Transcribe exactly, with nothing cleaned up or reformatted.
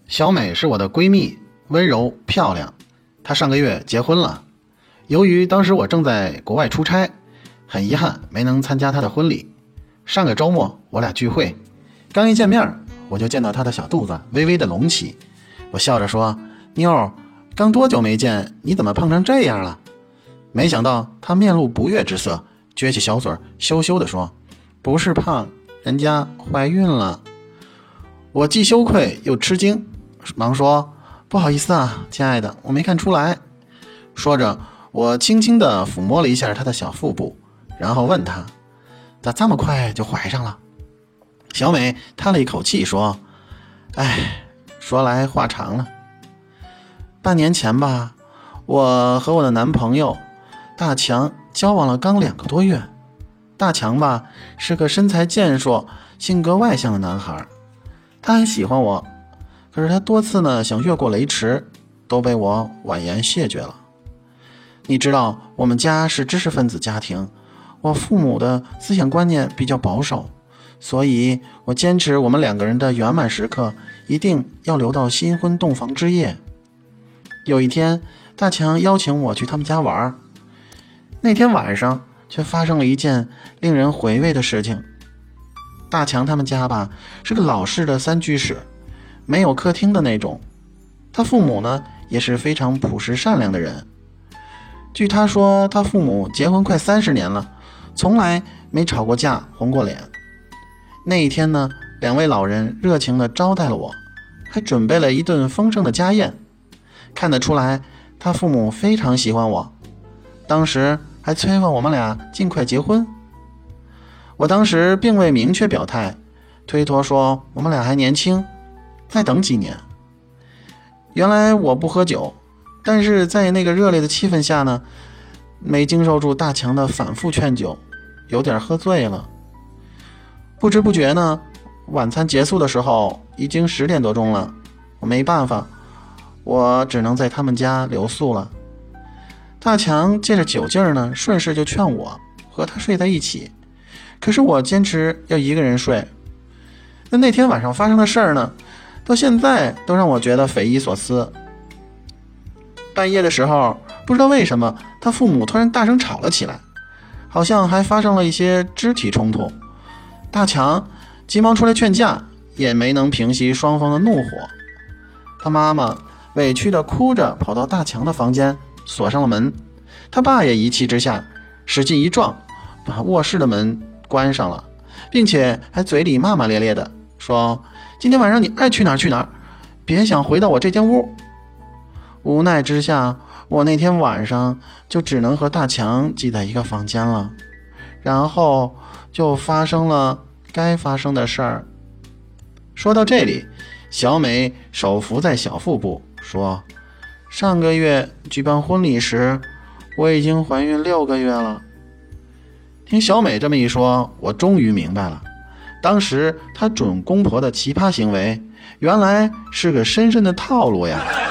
小美是我的闺蜜，温柔漂亮，她上个月结婚了。由于当时我正在国外出差，很遗憾没能参加她的婚礼。上个周末我俩聚会，刚一见面我就见到她的小肚子微微的隆起，我笑着说：妞，刚多久没见，你怎么胖成这样了？没想到她面露不悦之色，撅起小嘴羞羞地说：不是胖，人家怀孕了。我既羞愧又吃惊，忙说：不好意思啊，亲爱的，我没看出来。说着我轻轻地抚摸了一下她的小腹部，然后问她：咋这么快就怀上了？小美叹了一口气说：哎，说来话长了。半年前吧，我和我的男朋友大强交往了刚两个多月。大强吧是个身材健硕、性格外向的男孩，他很喜欢我，可是他多次呢想越过雷池，都被我婉言谢绝了。你知道我们家是知识分子家庭，我父母的思想观念比较保守，所以我坚持我们两个人的圆满时刻一定要留到新婚洞房之夜。有一天大强邀请我去他们家玩，那天晚上却发生了一件令人回味的事情。大强他们家吧是个老式的三居室，没有客厅的那种。他父母呢也是非常朴实善良的人。据他说，他父母结婚快三十年了，从来没吵过架红过脸。那一天呢，两位老人热情地招待了我，还准备了一顿丰盛的家宴。看得出来他父母非常喜欢我，当时还催问我们俩尽快结婚。我当时并未明确表态，推脱说我们俩还年轻，再等几年。原来我不喝酒，但是在那个热烈的气氛下呢，没经受住大强的反复劝酒，有点喝醉了。不知不觉呢，晚餐结束的时候已经十点多钟了，我没办法，我只能在他们家留宿了。大强借着酒劲呢，顺势就劝我和他睡在一起，可是我坚持要一个人睡。那那天晚上发生的事儿呢，到现在都让我觉得匪夷所思。半夜的时候，不知道为什么他父母突然大声吵了起来，好像还发生了一些肢体冲突。大强急忙出来劝架，也没能平息双方的怒火。他妈妈委屈地哭着跑到大强的房间，锁上了门。他爸也一气之下使劲一撞，把卧室的门关上了，并且还嘴里骂骂咧咧的说：今天晚上你爱去哪儿去哪儿，别想回到我这间屋。无奈之下，我那天晚上就只能和大强挤在一个房间了，然后就发生了该发生的事儿。说到这里，小美手扶在小腹部说：上个月举办婚礼时，我已经怀孕六个月了。听小美这么一说，我终于明白了，当时她准公婆的奇葩行为，原来是个深深的套路呀。